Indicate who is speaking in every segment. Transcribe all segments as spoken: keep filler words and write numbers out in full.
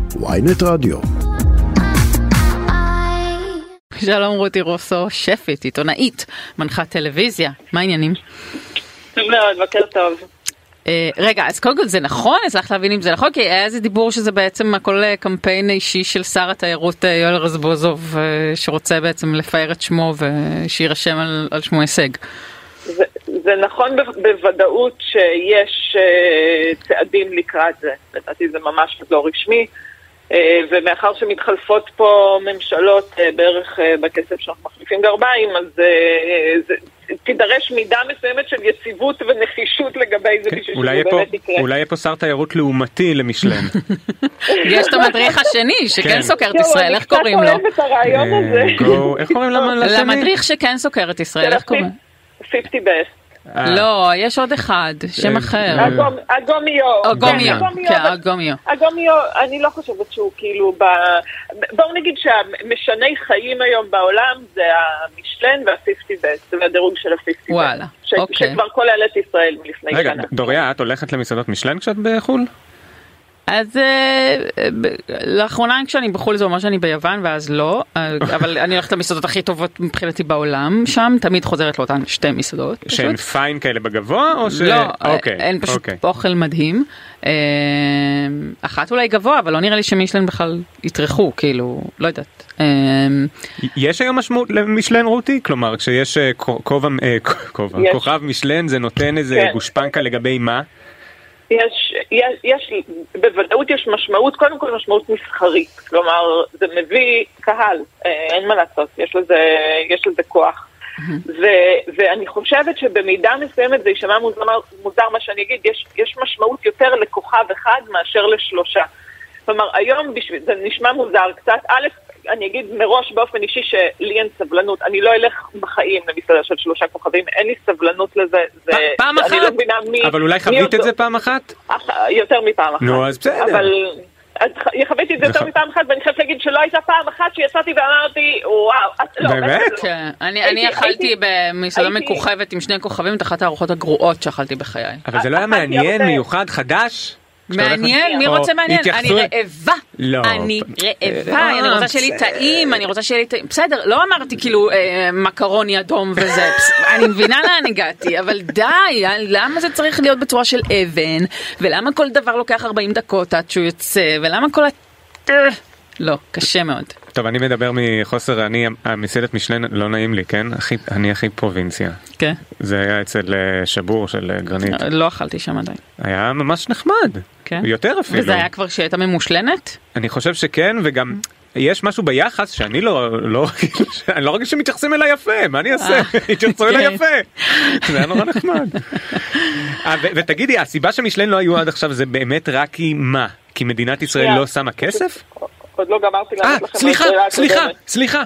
Speaker 1: וויינט רדיו.
Speaker 2: שלום רותי רוסו, שפית, עיתונאית, מנחת טלוויזיה. מה העניינים?
Speaker 3: טוב מאוד, בוקר טוב.
Speaker 2: רגע, אז קודם כל זה נכון? הצלחת להבין אם זה נכון? כי היה איזה דיבור שזה בעצם הכל קמפיין אישי של שר התיירות יואל רזבוזוב, שרוצה בעצם לפאר את שמו ושירשם על, על שמו הישג.
Speaker 3: זה, זה נכון בוודאות שיש צעדים לקראת זה. לדעתי זה ממש לא רשמי. ומאחר שמתחלפות פה ממשלות בערך בכסף שאנחנו מחליפים גרביים, אז זה, תידרש מידה מסוימת של יציבות ונחישות לגבי זה, בשביל שזה באמת יקרה.
Speaker 4: אולי יהיה פה שר תיירות לעומתי למשלן.
Speaker 2: יש את המדריך השני שכן סוקר את ישראל, איך קוראים לו?
Speaker 3: אני קצת אוהב את הרעיון הזה.
Speaker 4: איך קוראים לשני?
Speaker 2: למדריך שכן סוקר את ישראל, איך קוראים?
Speaker 3: חמישים best.
Speaker 2: לא, יש עוד אחד, שם אחר.
Speaker 3: אגומיו.
Speaker 2: אגומיו, כן, אגומיו.
Speaker 3: אגומיו, אני לא חושבת שהוא כאילו, בואו נגיד שהמשני חיים היום בעולם זה המשלן וה-חמישים best, זה הדירוג של ה-חמישים best.
Speaker 2: וואלה, אוקיי.
Speaker 3: שכבר כולל את ישראל מלפני שנה.
Speaker 4: רגע, דוריה, את הולכת למסעדות משלן כשאת בחול?
Speaker 2: אז לאחרונה כשאני בחול זה אומר שאני ביוון ואז לא, אבל אני הולכת למסעדות הכי טובות מבחינתי בעולם שם, תמיד חוזרת לאותן שתי מסעדות.
Speaker 4: שהן פיין כאלה בגבוה או ש...
Speaker 2: לא, הן פשוט אוכל מדהים. אחת אולי גבוה, אבל לא נראה לי שמשלן בכלל יתרחו, כאילו, לא יודעת.
Speaker 4: יש היום משמעות למשלן רותי? כלומר, כשיש כוכב משלן זה נותן איזה גושפנקה לגבי מה?
Speaker 3: יש, יש, יש, בוודאות יש משמעות, קודם כל משמעות מסחרית, כלומר, זה מביא קהל, אין מה לעשות, יש לזה, יש לזה כוח. ו, ואני חושבת שבמידה מסוימת זה יישמע מוזר, מוזר מה שאני אגיד, יש, יש משמעות יותר לכוכב אחד מאשר לשלושה. כלומר, היום בשביל, זה נשמע מוזר קצת, א', אני אגיד מראש באופן אישי שלי אין סבלנות, אני לא אלך בחיים למסעדה של שלושה כוכבים, אין לי סבלנות לזה. זה,
Speaker 4: פעם אחת?
Speaker 3: לא מבינה מי,
Speaker 4: אבל אולי חווית את זה פעם אחת?
Speaker 3: יותר מפעם אחת.
Speaker 4: נו, אז בסדר.
Speaker 3: אבל חוויתי את זה יותר מפעם אחת, ואני חושבת להגיד שלא הייתה פעם אחת שיצאתי ואמרתי, וואו,
Speaker 4: באמת?
Speaker 2: אני אכלתי במסעדה מכוכבת עם שני כוכבים, את אחת הארוחות הגרועות שאכלתי בחיי.
Speaker 4: אבל זה לא היה מעניין, מיוחד, חדש?
Speaker 2: מעניין, מי רוצה מעניין? אני רעבה, אני רעבה, אני רוצה שיהיה לי טעים, אני רוצה שיהיה לי טעים, בסדר, לא אמרתי כאילו מקרוני אדום וזה, אני מבינה לאן הגעתי, אבל די, למה זה צריך להיות בצורה של אבן, ולמה כל דבר לוקח ארבעים דקות עד שהוא יוצא, ולמה כל ה... לא, קשה מאוד.
Speaker 4: טוב, אני מדבר מחוסר, אני, המסעדת משלן לא נעים לי, כן? אני הכי פרובינציה.
Speaker 2: כן.
Speaker 4: זה היה אצל שבור של גרנית.
Speaker 2: לא אכלתי שם עדיין.
Speaker 4: היה ממש נחמד.
Speaker 2: כן.
Speaker 4: יותר אפילו.
Speaker 2: וזה היה כבר שהייתה ממושלנת?
Speaker 4: אני חושב שכן, וגם יש משהו ביחס שאני לא, לא, אני לא רגיש שמתייחסים אליי יפה, מה אני אעשה? התייחסו אליי יפה. זה היה נורא נחמד. ותגידי, הסיבה שמשלן לא היו עד עכשיו זה באמת רק כי מה? כי מדינת ישראל לא שמה כסף?
Speaker 3: עוד לא גמרתי לענות לכם.
Speaker 4: סליחה, סליחה, סליחה.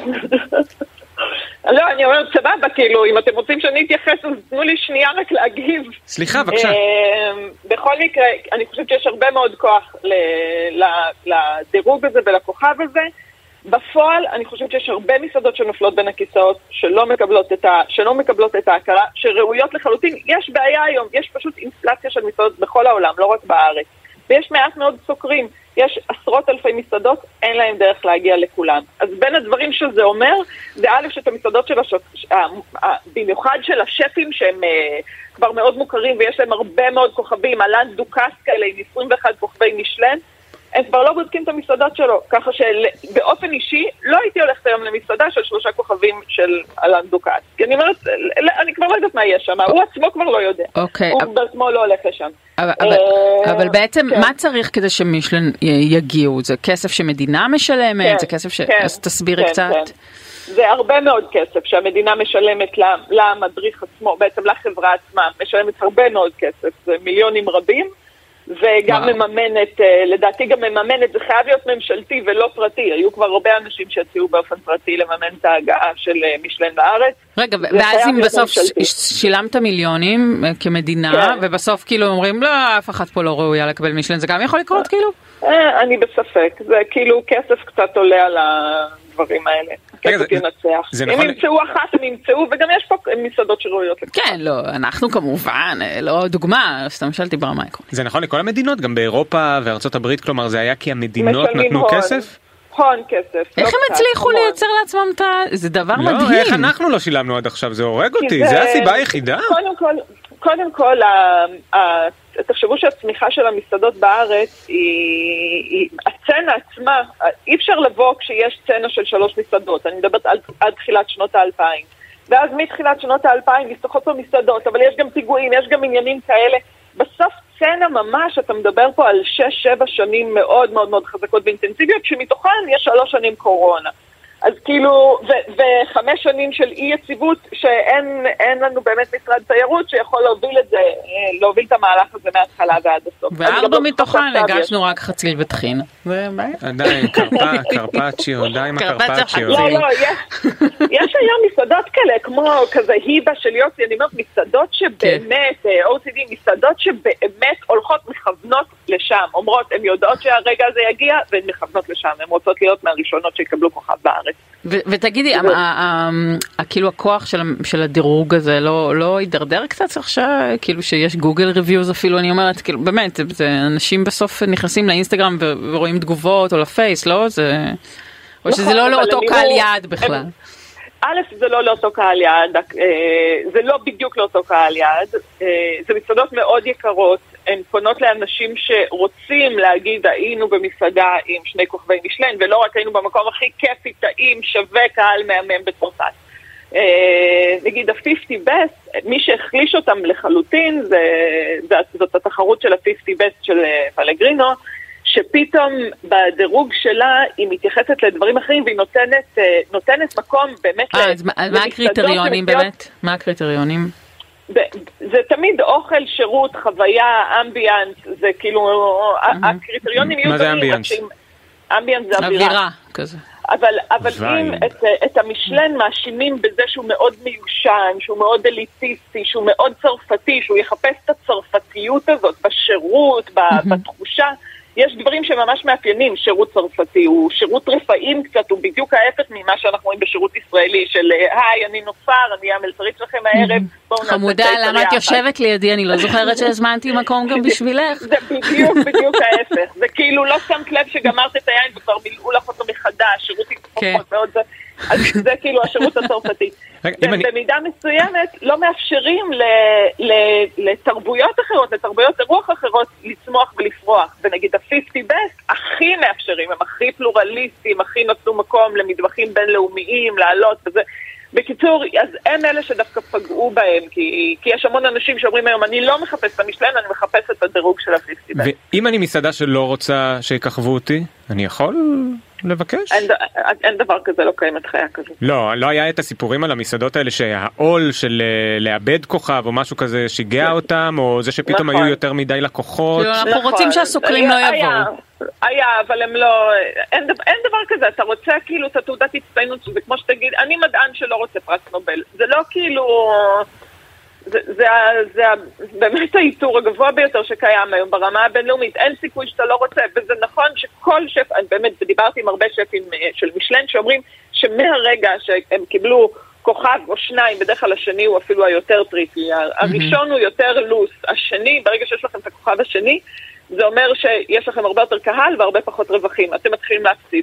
Speaker 3: לא, אני אומרת סבבה, כאילו, אם אתם רוצים שאני אתייחס, אז תנו לי שנייה רק להגיב.
Speaker 4: סליחה, בבקשה.
Speaker 3: בכל מקרה, אני חושבת שיש הרבה מאוד כוח לדירוג הזה ולכוכב הזה. בפועל, אני חושבת שיש הרבה מסעדות שנופלות בין הכיסאות, שלא מקבלות את ה, שלא מקבלות את ההכרה, שראויות לחלוטין. יש בעיה היום, יש פשוט אינפלציה של מסעדות בכל העולם, לא רק בארץ. ויש מעט מאוד סוקרים. יש עשרות אלפי מסעדות, אין להם דרך להגיע לכולם. אז בין הדברים שזה אומר, זה א' שאת המסעדות של השוק, במיוחד של השפים שהם כבר מאוד מוכרים, ויש להם הרבה מאוד כוכבים, אלן דוקס כאלה עם עשרים ואחד כוכבי משלן, הם כבר לא בודקים את המסעדות שלו, ככה שבאופן אישי לא הייתי הולכת היום למסעדה של שלושה כוכבים של אלן דוקס. כי אני אומרת, אני כבר לא יודעת מה יהיה שם, הוא עצמו כבר לא יודע. הוא בעצמו לא הולך לשם.
Speaker 2: אבל בעצם מה צריך כדי שמשלן יגיעו? זה כסף שמדינה משלמת? זה כסף ש... אז תסבירי קצת.
Speaker 3: זה הרבה מאוד כסף שהמדינה משלמת למדריך עצמו, בעצם לחברה עצמה, משלמת הרבה מאוד כסף, זה מיליונים רבים. וגם מממנת, לדעתי גם מממנת, זה חייב להיות ממשלתי ולא פרטי, היו כבר הרבה אנשים שהציעו באופן פרטי לממן את ההגעה של משלן לארץ.
Speaker 2: רגע, ואז אם בסוף שילמת מיליונים כמדינה, ובסוף כאילו אומרים, לא, אף אחת פה לא ראויה לקבל משלן, זה גם יכול לקרות כאילו?
Speaker 3: אני בספק, זה כאילו כסף קצת עולה על ה... הדברים האלה. הכסף ינצח. הם ימצאו אחת, הם ימצאו, וגם יש פה מסעדות שראויות.
Speaker 2: כן, לא, אנחנו כמובן, לא דוגמה, סתם שאלתי ברמה עקרונית.
Speaker 4: זה נכון לכל המדינות, גם באירופה וארצות הברית, כלומר זה היה כי המדינות נתנו כסף?
Speaker 3: הון כסף.
Speaker 2: איך הם הצליחו לייצר לעצמם את זה? דבר מדהים.
Speaker 4: לא, איך אנחנו לא שילמנו עד עכשיו? זה הורג אותי, זה הסיבה היחידה?
Speaker 3: קודם כל, קודם כל, תחשבו שהצמיחה של המסעדות בארץ היא, הצנה עצמה, אי אפשר לבוא כשיש צנה של שלוש מסעדות, אני מדברת עד תחילת שנות האלפיים, ואז מתחילת שנות האלפיים נפתחות פה מסעדות, אבל יש גם פיגועים, יש גם עניינים כאלה, בסוף צנה ממש, אתה מדבר פה על שש, שבע שנים מאוד מאוד מאוד חזקות ואינטנסיביות, שמתוכן יש שלוש שנים קורונה. אז כאילו, ו- וחמש שנים של אי יציבות, שאין אין לנו באמת משרד תיירות שיכול להוביל את זה, להוביל את המהלך הזה מההתחלה ועד הסוף.
Speaker 2: וארבע מתוכן הגשנו רק חציל וטחינה. זה בעיה.
Speaker 4: עדיין, קרפצ'יו, די עם הקרפצ'יו.
Speaker 3: לא, לא, יש, יש היום מסעדות כאלה, כמו כזה היבה של יוסי, אני אומרת, מסעדות שבאמת, או סי די, מסעדות שבאמת הולכות מכוונות לשם, אומרות, הן יודעות שהרגע הזה יגיע, והן מכוונות לשם, הן רוצות להיות מהראשונות שיקבלו כוכב בארץ.
Speaker 2: ותגידי, כאילו הכוח של הדירוג הזה לא יידרדר קצת עכשיו? כאילו שיש גוגל ריוויוז אפילו, אני אומרת, כאילו באמת, אנשים בסוף נכנסים לאינסטגרם ורואים תגובות או לפייס, לא? או שזה לא לאותו קהל יעד בכלל?
Speaker 3: א', זה לא לאותו קהל יעד, זה לא בדיוק לאותו קהל יעד, זה מסעדות מאוד יקרות, הן פונות לאנשים שרוצים להגיד היינו במסעדה עם שני כוכבי משלן, ולא רק היינו במקום הכי כיפי, טעים, שווה קהל מהמם בצרפת. נגיד ה-חמישים best, מי שהחליש אותם לחלוטין, זאת התחרות של ה-חמישים best של פלגרינו, שפתאום בדירוג שלה היא מתייחסת לדברים אחרים, והיא נותנת, נותנת מקום באמת...
Speaker 2: אה, אז מה הקריטריונים באמת? מה הקריטריונים?
Speaker 3: זה תמיד אוכל, שירות, חוויה, אמביאנס, זה כאילו, הקריטריונים יהיו...
Speaker 4: מה זה אמביאנס?
Speaker 3: אמביאנס זה אווירה.
Speaker 2: אווירה, כזה.
Speaker 3: אבל, אבל אם את, את המשלן מאשימים בזה שהוא מאוד מיושן, שהוא מאוד אליטיסטי, שהוא מאוד צרפתי, שהוא יחפש את הצרפתיות הזאת בשירות, בתחושה, יש דברים שממש מאפיינים שירות צרפתי, הוא שירות רפאים קצת, הוא בדיוק ההפך ממה שאנחנו רואים בשירות ישראלי, של היי, אני נופר, אני המלצרית שלכם הערב, בואו נעשה
Speaker 2: חמודה, למה את יושבת לידי, אני לא זוכרת שהזמנתי מקום גם בשבילך.
Speaker 3: זה בדיוק, בדיוק ההפך, זה כאילו לא שמת לב שגמרת את היין וכבר מילאו לך אותו מחדש, שירות התפחות מאוד זה, אז זה כאילו השירות הצרפתי. במידה מסוימת לא מאפשרים לתרבויות אחרות, לתרבויות רוח אחרות לצמוח ולפרוח. ונגיד ה-חמישים best הכי מאפשרים, הם הכי פלורליסטים, הכי נתנו מקום למטבחים בינלאומיים, לעלות וזה. בקיצור, אז הם אלה שדווקא פגעו בהם, כי, כי יש המון אנשים שאומרים היום, אני לא מחפש את המשלן, אני מחפש את הדירוג של ה-חמישים best.
Speaker 4: ואם אני מסעדה שלא רוצה שיקחבו אותי, אני יכול לבקש?
Speaker 3: אין, אין דבר כזה, לא קיימת חיה כזה.
Speaker 4: לא, לא היה את הסיפורים על המסעדות האלה שהעול של לאבד כוכב או משהו כזה שיגע אותם, או זה שפתאום היו יותר מדי לקוחות.
Speaker 2: אנחנו רוצים שהסוקרים לא יבואו.
Speaker 3: היה, אבל הם לא, אין, אין דבר כזה, אתה רוצה כאילו את התעודת הצטיינות, זה כמו שתגיד, אני מדען שלא רוצה פרס נובל, זה לא כאילו, זה, זה, זה, זה באמת האיתור הגבוה ביותר שקיים היום ברמה הבינלאומית, אין סיכוי שאתה לא רוצה, וזה נכון שכל שף, אני באמת דיברתי עם הרבה שפים של משלן שאומרים שמהרגע שהם קיבלו כוכב או שניים, בדרך כלל השני הוא אפילו היותר טריטי, הראשון הוא יותר לוס, השני, ברגע שיש לכם את הכוכב השני, זה אומר שיש לכם הרבה יותר קהל והרבה פחות רווחים. אתם מתחילים להפסיד.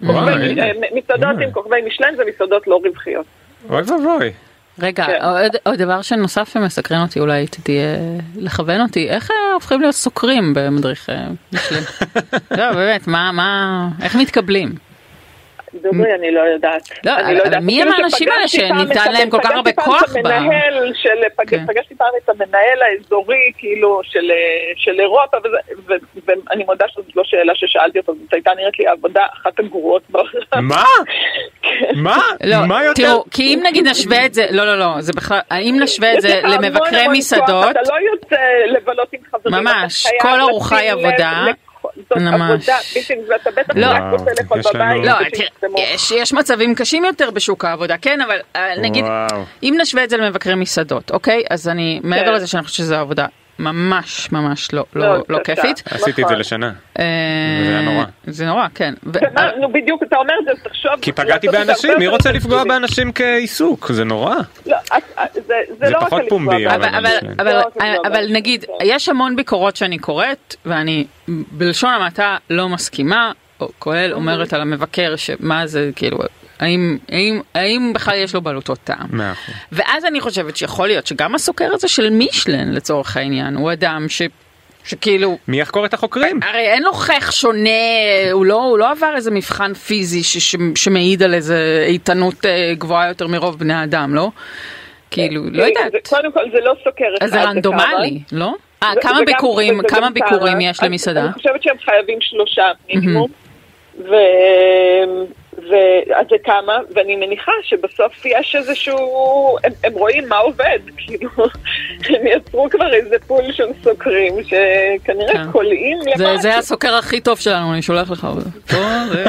Speaker 3: מסעדות עם כוכבי משלן זה מסעדות לא רווחיות.
Speaker 4: אוי ואבוי.
Speaker 2: רגע, עוד דבר שנוסף שמסקרן אותי, אולי תהיה לכוון אותי, איך הופכים להיות סוקרים במדריך משלן? לא, באמת, מה, איך מתקבלים?
Speaker 3: דוגרי, אני לא יודעת.
Speaker 2: לא, אבל מי הם האנשים האלה שניתן להם כל כך הרבה כוח בה?
Speaker 3: פגשתי פעם את המנהל האזורי, כאילו, של אירופה, ואני מודה שזאת לא שאלה ששאלתי אותו, זאת הייתה נראית לי העבודה אחת הגרועות בעולם.
Speaker 4: מה? מה? מה יותר?
Speaker 2: תראו, כי אם נגיד נשווה את זה, לא, לא, לא, זה בכלל, אם נשווה את זה למבקרי מסעדות,
Speaker 3: אתה לא יוצא לבלות עם חברים,
Speaker 2: ממש, כל ארוחה היא עבודה,
Speaker 3: זאת עבודה, ואתה בטח רק רוצה לאכול בבית.
Speaker 2: לא, יש מצבים קשים יותר בשוק העבודה, כן, אבל נגיד, אם נשווה את זה למבקרי מסעדות, אוקיי? אז אני, מעבר לזה שאני חושבת שזו עבודה ממש ממש לא, לא, לא כיפית.
Speaker 4: עשיתי את זה לשנה. זה היה נורא.
Speaker 2: זה נורא, כן.
Speaker 3: נו בדיוק, אתה אומר את זה, תחשוב.
Speaker 4: כי פגעתי באנשים, מי רוצה לפגוע באנשים כעיסוק? זה נורא.
Speaker 3: זה
Speaker 4: פחות פומבי.
Speaker 2: אבל נגיד, יש המון ביקורות שאני קוראת, ואני בלשון המעטה לא מסכימה, או כולל אומרת על המבקר, שמה זה כאילו... האם, האם, האם בכלל יש לו בעלות אותו טעם? ואז אני חושבת שיכול להיות שגם הסוקר הזה של מישלן לצורך העניין, הוא אדם ש, שכאילו...
Speaker 4: מי יחקור את החוקרים?
Speaker 2: הרי אין לו חך שונה, הוא לא, הוא לא עבר איזה מבחן פיזי ש, ש, שמעיד על איזה איתנות גבוהה יותר מרוב בני האדם, לא? כאילו, לא יודעת.
Speaker 3: קודם כל זה לא סוקר.
Speaker 2: אז זה רנדומלי, לא? אה, כמה ביקורים, כמה ביקורים יש למסעדה?
Speaker 3: אני חושבת שהם חייבים שלושה מינימום, ו... ואז זה כמה, ואני מניחה שבסוף יש איזשהו, הם, הם רואים מה עובד, כאילו, הם יצרו כבר איזה פול של סוקרים, שכנראה כן. קולעים למעט.
Speaker 2: זה, זה הסוקר הכי טוב שלנו, אני שולח לך. פה, זה...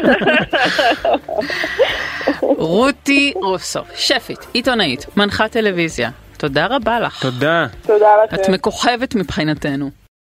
Speaker 2: רותי רוסו, שפית, עיתונאית, מנחת טלוויזיה. תודה רבה לך.
Speaker 4: תודה.
Speaker 3: תודה לכם.
Speaker 2: את מכוכבת מבחינתנו.